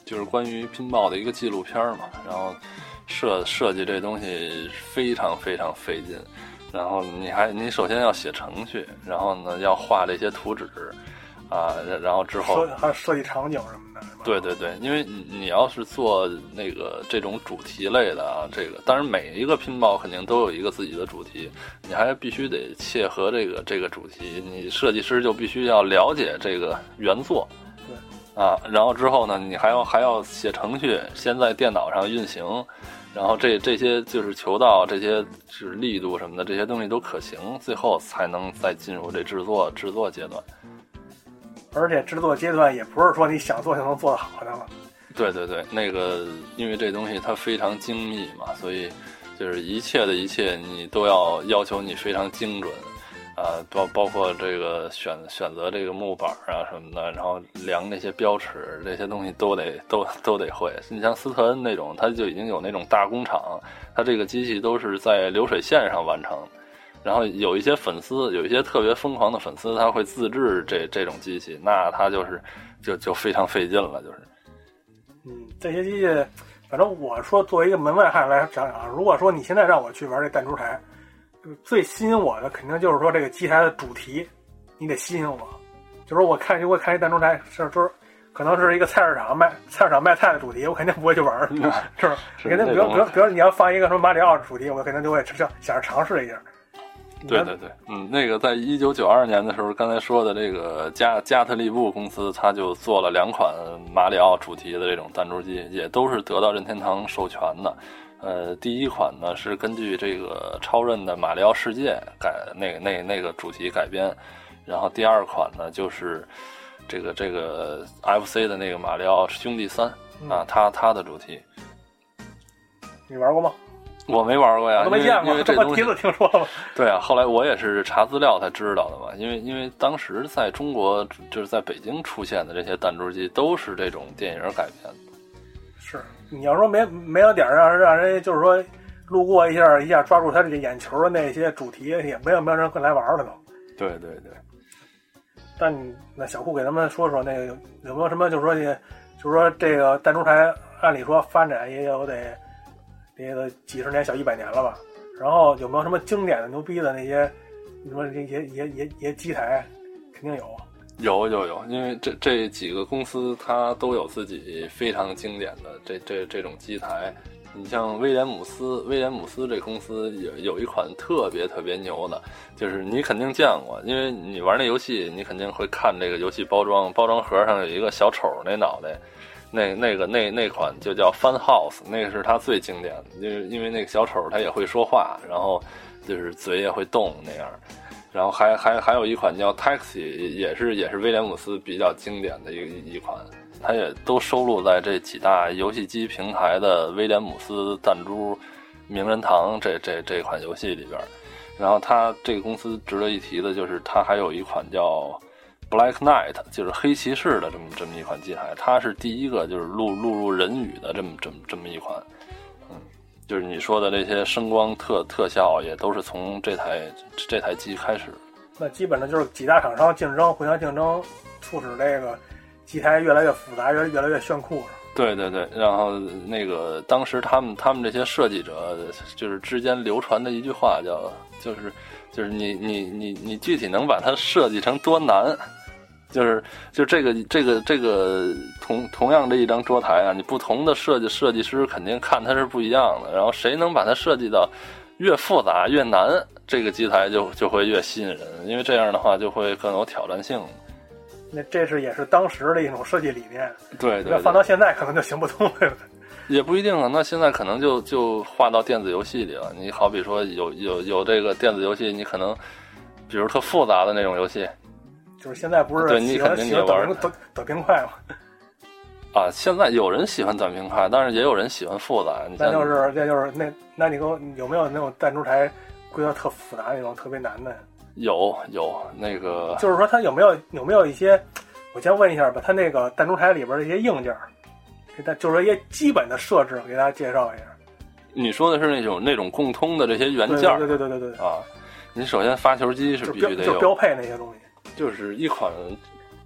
就是关于拼报的一个纪录片嘛，然后设设计这东西非常非常费劲，然后你还你首先要写程序，然后呢要画这些图纸啊，然后之后还有设计场景什么的。 对对对，因为你你要是做那个这种主题类的啊，这个当然每一个拼报肯定都有一个自己的主题，你还必须得切合这个这个主题，你设计师就必须要了解这个原作。 对啊，然后之后呢，你还要还要写程序，先在电脑上运行，然后这这些就是求到这些是力度什么的，这些东西都可行，最后才能再进入这制作制作阶段。 而且制作阶段也不是说你想做就能做得好的了。 对对对，那个因为这东西它非常精密嘛，所以就是一切的一切你都要要求你非常精准。啊，包包括这个选选择这个木板啊什么的，然后量那些标尺，这些东西都得都都得会。你像斯特恩那种，它就已经有那种大工厂，它这个机器都是在流水线上完成。然后有一些粉丝，有一些特别疯狂的粉丝，他会自制这这种机器，那他就是就就非常费劲了，就是。 嗯，这些机器，反正我说作为一个门外汉来讲讲啊，如果说你现在让我去玩这弹珠台。最吸引我的肯定就是说这个机台的主题，你得吸引我。就是我看，如果看一弹珠台，是就是可能是一个菜市场卖菜市场卖菜的主题，我肯定不会去玩，是吧？是肯定，比如比如比如你要放一个什么马里奥的主题，我肯定就会想想着尝试一下。 对对对，嗯，那个在一九九二年的时候，刚才说的这个加加特利布公司，他就做了两款马里奥主题的这种弹珠机，也都是得到任天堂授权的。呃，第一款呢是根据这个超任的马里奥世界改那个那那个主题改编，然后第二款呢就是这个这个 F C 的那个马里奥兄弟三啊，它它的主题。 你玩过吗？ 我没玩过呀， 我都没见过， 因为这东西第一次听说了。 对啊，后来我也是查资料才知道的嘛，因为因为当时在中国就是在北京出现的这些弹珠机都是这种电影改编的。 是。你要说没没有点让让人就是说路过一下一下抓住他这个眼球的那些主题，也没有没有人会来玩了都。 对对对。 但那小库给咱们说说那个有有没有什么就是说你就是说这个弹珠台按理说发展也有得那个几十年小一百年了吧？然后有没有什么经典的牛逼的那些你说这些也也也机台肯定有。 有有有，因为这这几个公司它都有自己非常经典的这这这种机台。你像威廉姆斯，威廉姆斯这公司有有一款特别特别牛的，就是你肯定见过，因为你玩那游戏，你肯定会看这个游戏包装，包装盒上有一个小丑那脑袋，那那个那那款就叫 Fun House， 那个是它最经典的，就是因为那个小丑它也会说话，然后就是嘴也会动那样。然后还还还有一款叫 Taxi， 也是也是威廉姆斯比较经典的一一款，它也都收录在这几大游戏机平台的威廉姆斯弹珠名人堂这这这款游戏里边。然后它这个公司值得一提的就是它还有一款叫 Black Knight， 就是黑骑士的这么这么一款机台，它是第一个就是录录入人语的这么这么这么一款。就是你说的这些声光特特效也都是从这台这台机开始。 那基本上就是几大厂商竞争，互相竞争，促使这个机台越来越复杂，越越来越炫酷。 对对对，然后那个当时他们他们这些设计者就是之间流传的一句话叫，就是就是你你你你具体能把它设计成多难？就是就这个这个这个同同样这一张桌台啊，你不同的设计设计师肯定看它是不一样的，然后谁能把它设计到越复杂越难，这个机台就就会越吸引人，因为这样的话就会更有挑战性。 那这是也是当时的一种设计理念。 对 对, 对， 放到现在可能就行不通了。 也不一定啊，那现在可能就就划到电子游戏里了。你好比说有有有这个电子游戏，你可能比如特复杂的那种游戏。 就是现在不是喜欢喜欢短短短平快吗？ 啊，现在有人喜欢短平快，但是也有人喜欢复杂。 那就是那就是那那你给我有没有那种弹珠台规则特复杂那种特别难的？ 有有那个， 就是说它有没有有没有一些？我先问一下吧，它那个弹珠台里边的一些硬件，给它就是说一些基本的设置，给大家介绍一下。 你说的是那种那种共通的这些元件？ 对对对对对对啊！你首先发球机是必须得有， 就标配那些东西。 就是一款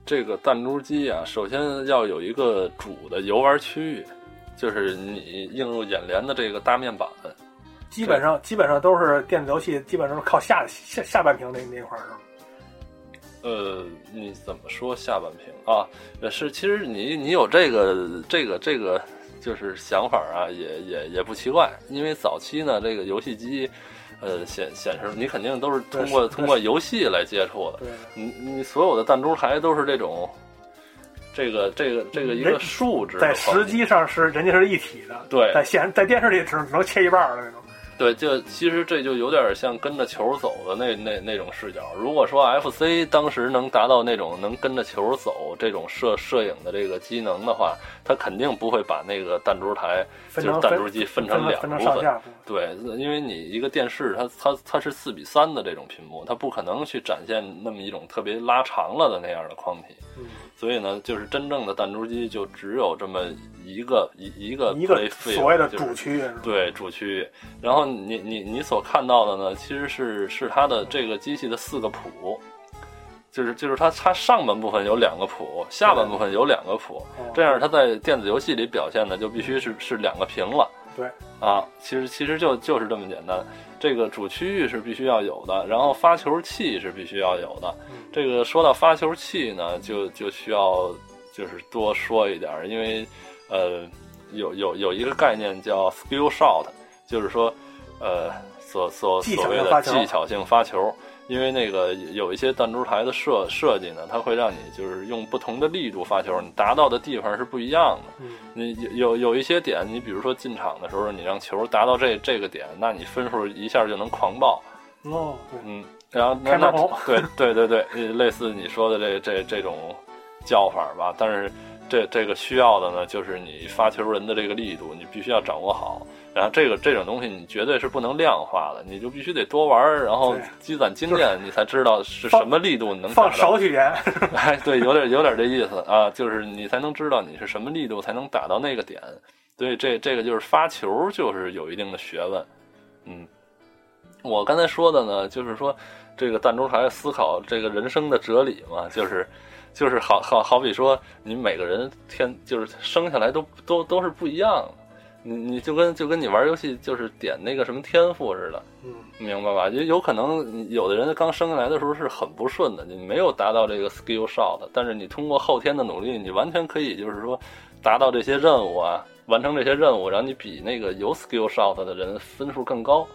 这个弹珠机啊，首先要有一个主的游玩区域，就是你映入眼帘的这个大面板。 基本上基本上都是电子游戏，基本上是靠下下下半屏那那块儿是吗？ 呃，你怎么说下半屏啊？是，其实你你有这个这个这个就是想法啊，也也也不奇怪，因为早期呢，这个游戏机。呃，显显示你肯定都是通过通过游戏来接触的，你你所有的弹珠台都是这种，这个这个这个一个数值， 在实际上是人家是一体的， 对， 在现在电视里只能切一半的那种。 对，就其实这就有点像跟着球走的那那那种视角。如果说 F C 当时能达到那种能跟着球走这种摄摄影的这个机能的话，它肯定不会把那个弹珠台就是弹珠机分成两部分。对，因为你一个电视它它它是四比三的这种屏幕，它不可能去展现那么一种特别拉长了的那样的框体。 嗯， 所以呢，就是真正的弹珠机就只有这么一个一一个一个所谓的主区域，就是， 对主区域。然后你你你所看到的呢，其实是是它的这个机器的四个谱，就是就是它它上半部分有两个谱，下半部分有两个谱， 嗯， 这样它在电子游戏里表现的就必须是是两个屏了。 对啊，其实其实就就是这么简单。这个主区域是必须要有的，然后发球器是必须要有的。这个说到发球器呢，就就需要就是多说一点，因为呃有有有一个概念叫 skill shot， 就是说呃所所所谓的技巧性发球。因为那个有一些弹珠台的设设计呢，它会让你就是用不同的力度发球，你达到的地方是不一样的。 嗯， 你有有一些点，你比如说进场的时候，你让球达到这这个点，那你分数一下就能狂爆。 哦，对， 嗯，然后那那对对对对，类似你说的这这这种叫法吧。但是这这个需要的呢，就是你发球人的这个力度，你必须要掌握好。然后这个这种东西你绝对是不能量化的，你就必须得多玩，然后积攒经验，你才知道是什么力度能放少许盐。 哎，对，有点有点这意思啊，就是你才能知道你是什么力度才能打到那个点。所以这这个就是发球就是有一定的学问。嗯，我刚才说的呢，就是说这个弹珠台思考这个人生的哲理嘛，就是就是好好好比说你每个人天就是生下来都都都是不一样的。你你就跟就跟你玩游戏就是点那个什么天赋似的， 嗯， 明白吧？就有可能有的人刚生下来的时候是很不顺的，你没有达到这个 skill shot， 但是你通过后天的努力，你完全可以就是说达到这些任务啊，完成这些任务，然后你比那个有 skill shot 的人分数更高，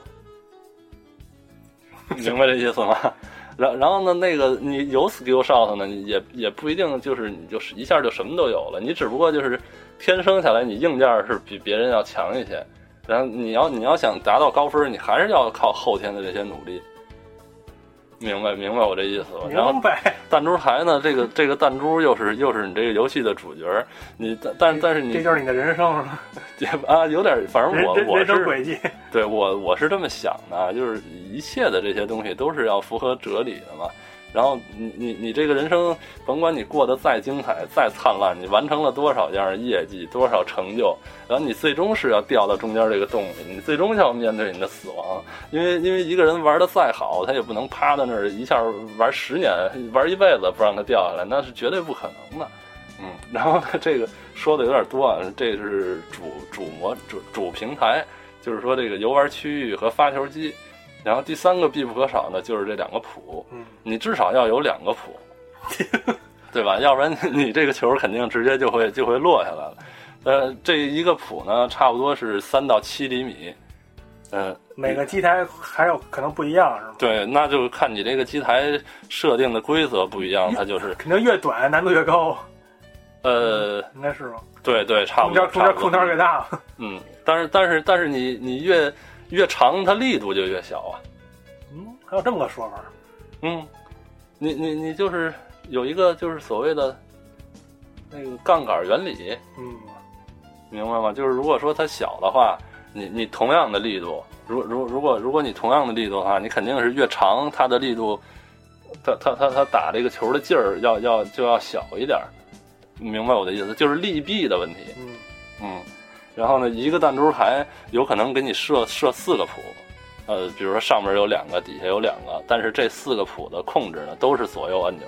明白这意思吗？然然后呢，那个你有 skill shot 呢，也也不一定就是你就是一下就什么都有了，你只不过就是天生下来你硬件是比别人要强一些，然后你要你要想达到高分，你还是要靠后天的这些努力。明白明白我这意思吧？然后弹珠台呢，这个这个弹珠又是又是你这个游戏的主角，你但但是你这就是你的人生是吧？ 啊，有点，反正我我人生轨迹， 对我我是这么想的，就是一切的这些东西都是要符合哲理的嘛。然后你你你这个人生，甭管你过得再精彩、再灿烂，你完成了多少样业绩、多少成就，然后你最终是要掉到中间这个洞里，你最终要面对你的死亡。因为因为一个人玩得再好，他也不能趴在那儿一下玩十年、玩一辈子不让他掉下来，那是绝对不可能的。嗯，然后呢，这个说的有点多啊，这是主主模主主平台，就是说这个游玩区域和发球机。然后第三个必不可少呢，就是这两个谱， 嗯， 你至少要有两个谱，对吧？要不然你这个球肯定直接就会就会落下来了。呃，这一个谱呢，差不多是三到七厘米，嗯、呃， 每个机台还有可能不一样，是吗？ 对，那就看你这个机台设定的规则不一样，它就是肯定越短难度越高。 呃， 应该是吗？ 对对，差不多， 中间空间越大。 嗯，但是但是但是你你越越长，它力度就越小啊。 嗯，还有这么个说法。 嗯，你你你就是有一个就是所谓的那个杠杆原理。 嗯， 明白吗？就是如果说它小的话，你你同样的力度，如如如果如果你同样的力度的话，你肯定是越长，它的力度，它它它它打这个球的劲儿要要就要小一点。明白我的意思？就是利弊的问题。 嗯嗯。然后呢，一个弹珠台有可能给你设设四个谱，呃，比如说上面有两个，底下有两个，但是这四个谱的控制呢都是左右按钮，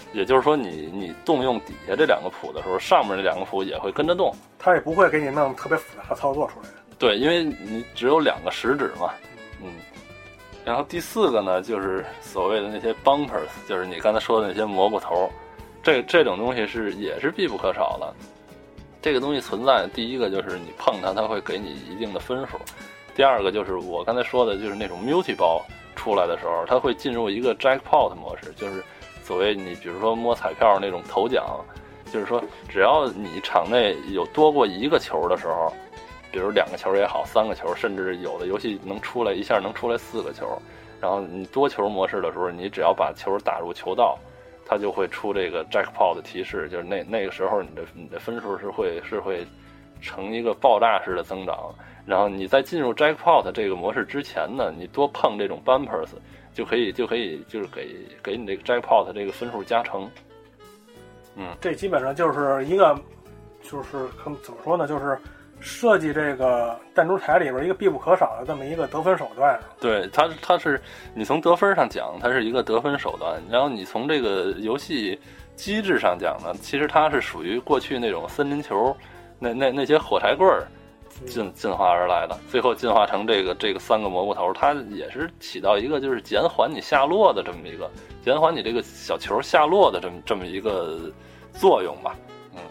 也就是说你你动用底下这两个谱的时候，上面这两个谱也会跟着动， 它也不会给你弄特别复杂的操作出来的。 对，因为你只有两个食指嘛，嗯。然后第四个呢，就是所谓的那些 bumpers， 就是你刚才说的那些蘑菇头，这这种东西是也是必不可少的。这个东西存在，第一个就是你碰它，它会给你一定的分数；第二个就是我刚才说的，就是那种 multi 包出来的时候，它会进入一个 jackpot 模式，就是所谓你比如说摸彩票那种头奖，就是说只要你场内有多过一个球的时候。比如两个球也好，三个球，甚至有的游戏能出来一下能出来四个球，然后你多球模式的时候，你只要把球打入球道，它就会出这个 jackpot 的提示，就是那那个时候你的你的分数是会是会成一个爆炸式的增长。然后你在进入 jackpot 这个模式之前呢，你多碰这种 bumpers 就可以就可以就是给给你这个 jackpot 这个分数加成。嗯， 这基本上就是一个就是怎么说呢，就是。设计这个弹珠台里边一个必不可少的这么一个得分手段。 对，它它是你从得分上讲，它是一个得分手段，然后你从这个游戏机制上讲呢，其实它是属于过去那种森林球，那那那些火柴棍儿进进化而来的，最后进化成这个这个三个蘑菇头，它也是起到一个就是减缓你下落的这么一个减缓你这个小球下落的这么这么一个作用吧。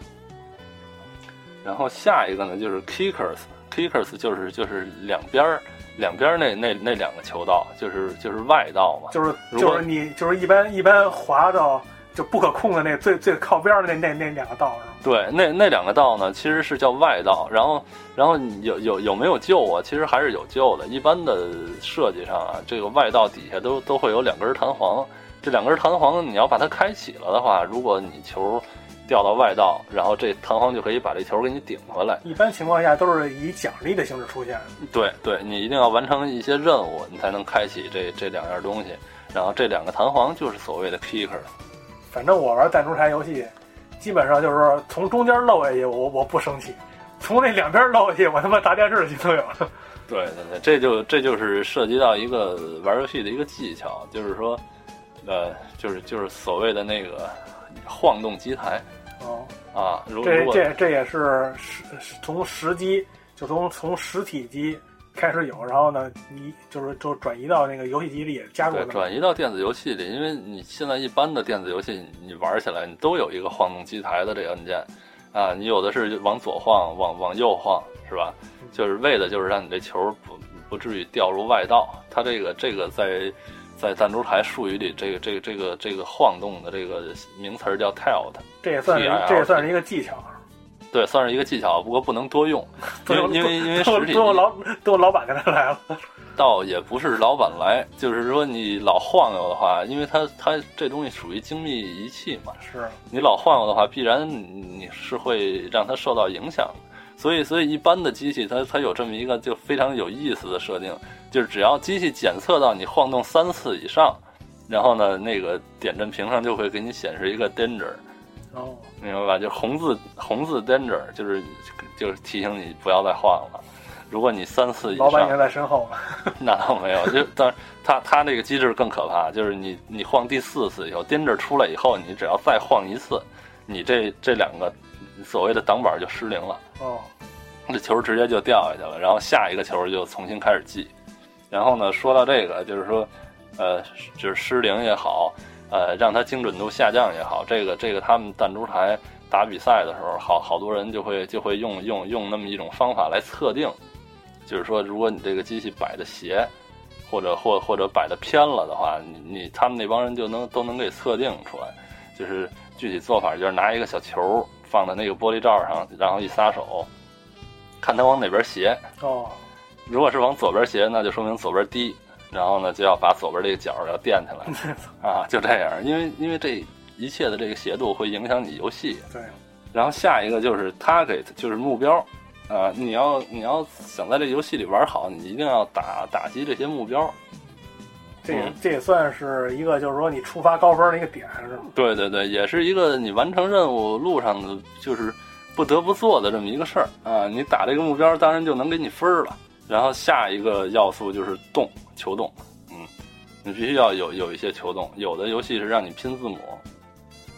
然后下一个呢就是 kickers，kickers 就是就是两边两边那那那两个球道，就是就是外道嘛， 就是就是你就是一般一般滑到就不可控的那最最靠边的那那那两个道是吗？ 对，那那两个道呢其实是叫外道，然后然后有有有没有救啊？其实还是有救的。一般的设计上啊，这个外道底下都都会有两根弹簧，这两根弹簧你要把它开启了的话，如果你球掉到外道，然后这弹簧就可以把这球给你顶回来。 一般情况下都是以奖励的形式出现。 对对，你一定要完成一些任务，你才能开启这这两样东西。然后这两个弹簧就是所谓的 kicker。 反正我玩弹珠台游戏，基本上就是说从中间漏下去，我我不生气；从那两边漏下去，我他妈砸电视去都有。 对对对，这就这就是涉及到一个玩游戏的一个技巧，就是说，呃，就是就是所谓的那个晃动机台。 哦啊，如这这这也是实从实机就从从实体机开始有，然后呢，你就是就转移到那个游戏机里也加入了。 对，转移到电子游戏里，因为你现在一般的电子游戏你玩起来，你都有一个晃动机台的这个按键啊，你有的是往左晃，往往右晃，是吧？就是为的就是让你这球不不至于掉入外道。它这个这个在。在弹珠台术语里，这个这个这个这个晃动的这个名词叫 tilt， 这也算是这也算是一个技巧。 对，算是一个技巧，不过不能多用，因为因为因为实体都有老都有老板跟他来了。 倒也不是老板来，就是说你老晃悠的话，因为它它这东西属于精密仪器嘛， 是你老晃悠的话，必然你是会让它受到影响。所以，所以一般的机器它它有这么一个就非常有意思的设定，就是只要机器检测到你晃动三次以上，然后呢，那个点阵屏上就会给你显示一个 danger， 哦， 明白吧？就红字红字 danger， 就是就是提醒你不要再晃了。如果你三次以上， 老板已经在身后了。 那倒没有，就但它它那个机制更可怕，就是你你晃第四次以后 danger 出来以后，你只要再晃一次，你这这两个所谓的挡板就失灵了。 哦， 这球直接就掉下去了，然后下一个球就重新开始记。然后呢，说到这个，就是说，呃，就是失灵也好，呃，让它精准度下降也好，这个这个他们弹珠台打比赛的时候，好好多人就会就会用用用那么一种方法来测定，就是说，如果你这个机器摆的斜，或者或或者摆的偏了的话，你你他们那帮人就能都能给测定出来。就是具体做法就是拿一个小球放在那个玻璃罩上，然后一撒手，看它往哪边斜。 哦， 如果是往左边斜，那就说明左边低，然后呢就要把左边这个角要垫起来啊，就这样，因为因为这一切的这个斜度会影响你游戏。 对。 然后下一个就是 target， 就是目标啊，你要你要想在这游戏里玩好，你一定要打打击这些目标。 这也、嗯、这也算是一个，就是说你触发高分的一个点，是吗？ 对对对，也是一个你完成任务路上的就是不得不做的这么一个事儿啊。你打这个目标，当然就能给你分了。然后下一个要素就是动球动，嗯，你必须要有有一些球动。有的游戏是让你拼字母，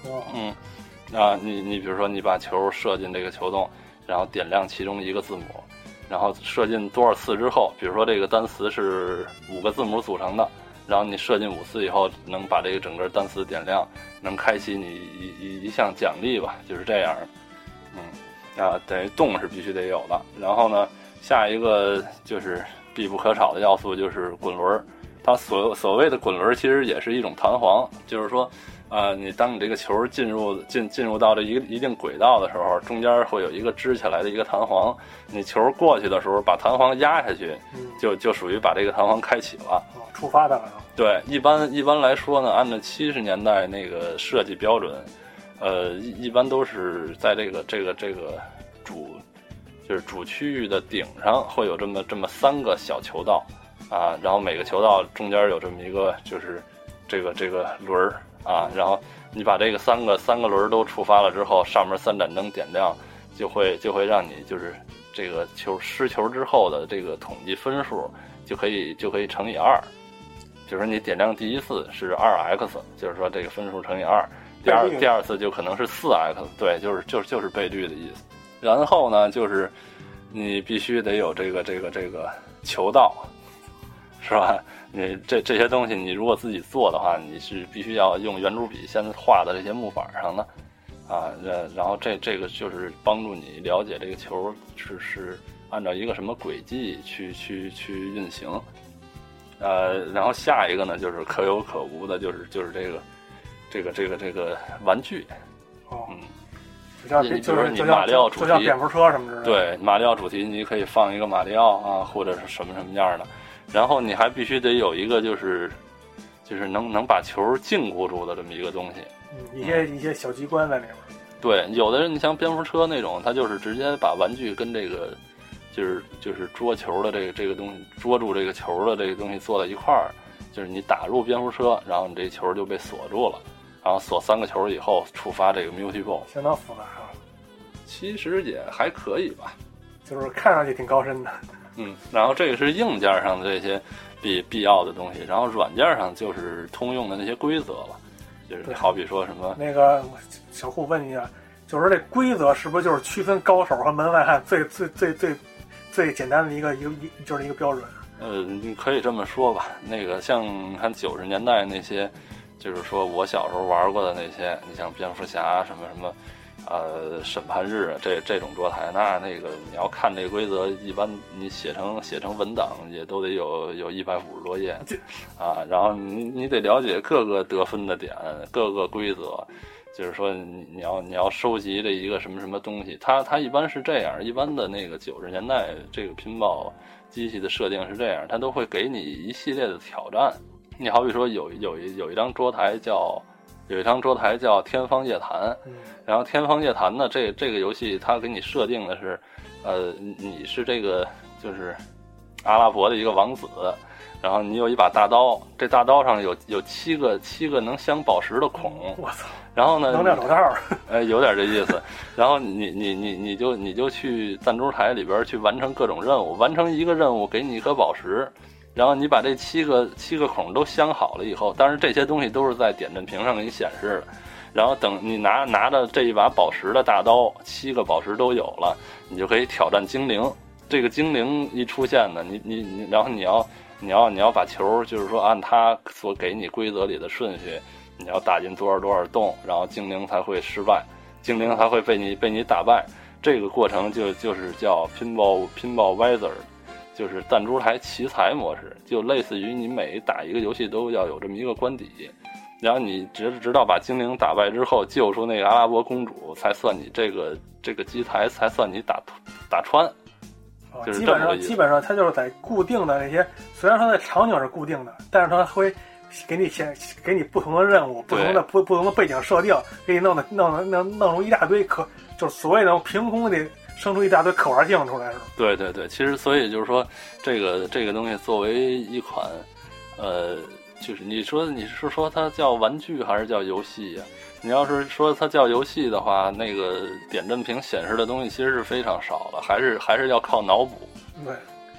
哦、 嗯，啊，你你比如说你把球射进这个球洞，然后点亮其中一个字母，然后射进多少次之后，比如说这个单词是五个字母组成的，然后你射进五次以后，能把这个整个单词点亮，能开启你一一一项奖励吧，就是这样。嗯，啊，等于洞是必须得有的。然后呢，下一个就是必不可少的要素就是滚轮。它所所谓的滚轮其实也是一种弹簧，就是说，呃，你当你这个球进入进进入到这一个一定轨道的时候，中间会有一个支起来的一个弹簧，你球过去的时候把弹簧压下去，就就属于把这个弹簧开启了， 哦，触发的了。 对，一般一般来说呢，按照七十年代那个设计标准，呃，一一般都是在这个这个这个主就是主区域的顶上会有这么这么三个小球道。啊，然后每个球道中间有这么一个，就是这个这个轮儿啊，然后你把这个三个三个轮儿都触发了之后，上面三盏灯点亮，就会就会让你就是这个球失球之后的这个统计分数就可以就可以乘以二，就是你点亮第一次是二 x， 就是说这个分数乘以二，第二第二次就可能是四 x， 对，就是就是就是倍率的意思。然后呢，就是你必须得有这个这个这个球道。是吧？你这这些东西，你如果自己做的话，你是必须要用圆珠笔先画在这些木板上的，啊，然后这这个就是帮助你了解这个球是是按照一个什么轨迹去去去运行，呃，然后下一个呢就是可有可无的，就是就是这个这个这个这个玩具， 哦， 嗯。 就像你比如说你马里奥主题， 就像蝙蝠车什么之类的。 对，马里奥主题你可以放一个马里奥啊，或者是什么什么样的。然后你还必须得有一个就是就是能能把球禁锢住的这么一个东西， 嗯，一些、嗯、一些小机关在里面。 对，有的人你像蝙蝠车那种，他就是直接把玩具跟这个就是就是捉球的这个这个东西捉住这个球的这个东西做在一块儿，就是你打入蝙蝠车，然后你这球就被锁住了，然后锁三个球以后触发这个 multi ball， 相当复杂啊。 其实也还可以吧， 就是看上去挺高深的。 嗯，然后这个是硬件上的这些必必要的东西，然后软件上就是通用的那些规则了，就是好比说什么那个小户问一下，就是这规则是不是就是区分高手和门外汉最最最最最简单的一个一个一就是一个标准？ 呃，你可以这么说吧。那个像看九十年代那些，就是说我小时候玩过的那些，你像蝙蝠侠什么什么。呃，审判日这这种桌台，那那个你要看这个规则，一般你写成写成文档也都得有有一百五十多页啊。然后你你得了解各个得分的点，各个规则，就是说你你要你要收集的一个什么什么东西，它它一般是这样，一般的那个九十年代这个拼报机器的设定是这样，它都会给你一系列的挑战。你好比说有有一有一张桌台叫。有一张桌台叫天方夜谭，然后天方夜谭呢，这这个游戏它给你设定的是，呃，你是这个就是阿拉伯的一个王子，然后你有一把大刀，这大刀上有有七个七个能镶宝石的孔， 我操！ 然后呢， 能量手套， 呃，有点这意思。然后你你你你就你就去弹珠台里边去完成各种任务，完成一个任务给你一颗宝石。然后你把这七个七个孔都镶好了以后，当然这些东西都是在点阵屏上给你显示的。然后等你拿拿着这一把宝石的大刀，七个宝石都有了，你就可以挑战精灵。这个精灵一出现呢，你你你，然后你要你要你要把球，就是说按他所给你规则里的顺序，你要打进多少多少洞，然后精灵才会失败，精灵才会被你被你打败。这个过程就就是叫拼报拼报 Wizard。就是弹珠台奇才模式，就类似于你每打一个游戏都要有这么一个关底，然后你直直到把精灵打败之后，救出那个阿拉伯公主，才算你这个这个机台才算你打打穿。就是基本上基本上它就是在固定的那些，虽然说它的场景是固定的，但是它会给你显给你不同的任务，不同的不不同的背景设定，给你弄的弄的弄弄出一大堆可就是所谓的凭空的。生出一大堆可玩性出来是吧？ 对对对，其实所以就是说，这个这个东西作为一款，呃，就是你说你是说它叫玩具还是叫游戏呀、啊？你要是说它叫游戏的话，那个点阵屏显示的东西其实是非常少的，还是还是要靠脑补。 对，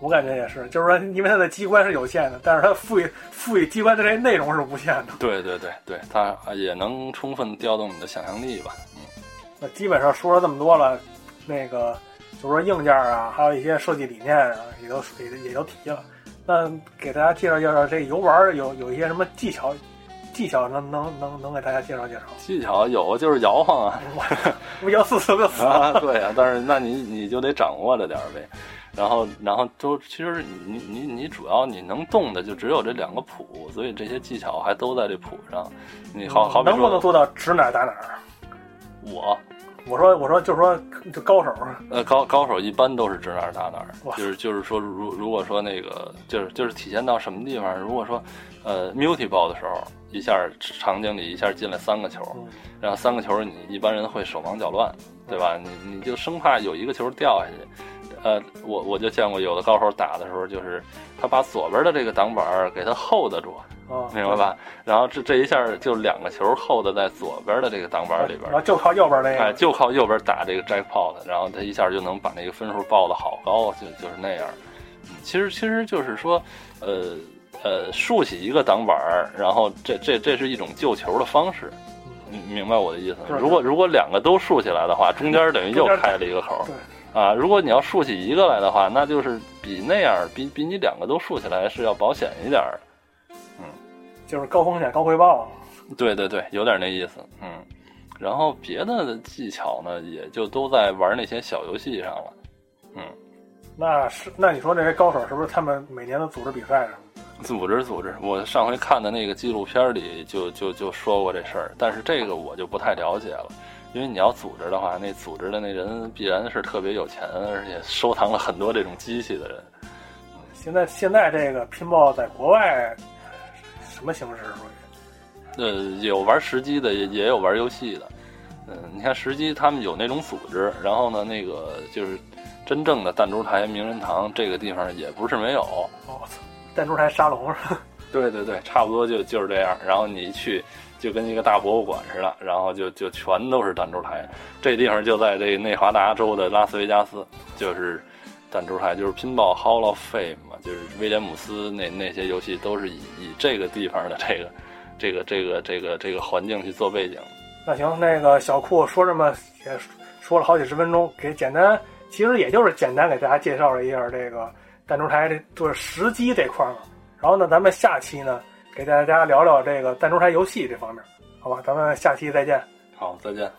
我感觉也是，就是说，因为它的机关是有限的，但是它赋予赋予机关的这些内容是无限的。 对对对对，它也能充分调动你的想象力吧。嗯， 那基本上说了这么多了，那个就是说硬件啊，还有一些设计理念啊，也都也也都提了。那给大家介绍介绍这游玩有有一些什么技巧，技巧能能能能给大家介绍介绍？ 技巧有就是摇晃啊， 我摇四次就死了。 啊，对啊，但是那你你就得掌握着点呗。然后，然后都其实你你你主要你能动的就只有这两个谱，所以这些技巧还都在这谱上。你好好比说能不能做到指哪儿打哪儿？ 我我说我说就是说就高手， 呃高高手一般都是指哪儿打哪儿，就是就是说如如果说那个就是就是体现到什么地方？如果说呃 multiple 的时候，一下场景里一下进来三个球， 嗯、 然后三个球你一般人会手忙脚乱，对吧？你你就生怕有一个球掉下去。呃，我我就见过有的高手打的时候，就是他把左边的这个挡板给他 hold 住， 哦、 明白吧？然后这这一下就两个球 hold 在左边的这个挡板里边， 然后就靠右边那个， 哎，就靠右边打这个 jackpot， 然后他一下就能把那个分数报得好高，就就是那样。嗯，其实其实就是说，呃呃，竖起一个挡板，然后这这这是一种救球的方式。你明白我的意思？如果如果两个都竖起来的话，中间等于又开了一个口。 对。 啊，如果你要竖起一个来的话，那就是比那样，比比你两个都竖起来是要保险一点儿。嗯， 就是高风险高回报。 对对对，有点那意思。嗯，然后别的技巧呢，也就都在玩那些小游戏上了。嗯， 那是那你说这些高手是不是他们每年都组织比赛什么的？ 组织组织，我上回看的那个纪录片里就就就说过这事儿，但是这个我就不太了解了。因为你要组织的话，那组织的那人必然是特别有钱，而且收藏了很多这种机器的人。 现在现在这个拼爆在国外什么形式属于？呃，有玩实机的，也也有玩游戏的。嗯、呃，你看实机他们有那种组织，然后呢，那个就是真正的弹珠台、名人堂这个地方也不是没有。 哦，弹珠台沙龙是吧？ 对对对，差不多就就是这样。然后你一去。就跟一个大博物馆似的，然后就就全都是弹珠台。这地方就在这内华达州的拉斯维加斯，就是弹珠台，就是拼爆 Hall of Fame 嘛，就是威廉姆斯那那些游戏都是以以这个地方的这个这个这个这个这个环境去做背景。 那行，那个小库说这么也说了好几十分钟，给简单，其实也就是简单给大家介绍了一下这个弹珠台，这就是时机这块嘛。然后呢，咱们下期呢。给大家聊聊这个弹珠台游戏这方面，好吧？咱们下期再见。 好，再见。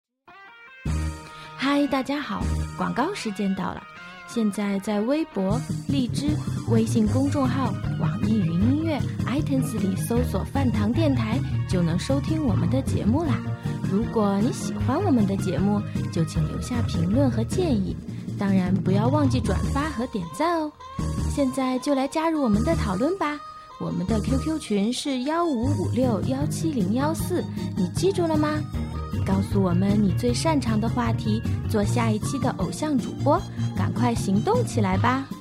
嗨，大家好，广告时间到了。现在在微博、荔枝、微信公众号、网易云音乐、iTunes 里搜索饭堂电台，就能收听我们的节目啦。如果你喜欢我们的节目，就请留下评论和建议，当然不要忘记转发和点赞哦。现在就来加入我们的讨论吧。我们的 Q Q 群是幺五五六幺七零幺四，你记住了吗？告诉我们你最擅长的话题，做下一期的偶像主播，赶快行动起来吧！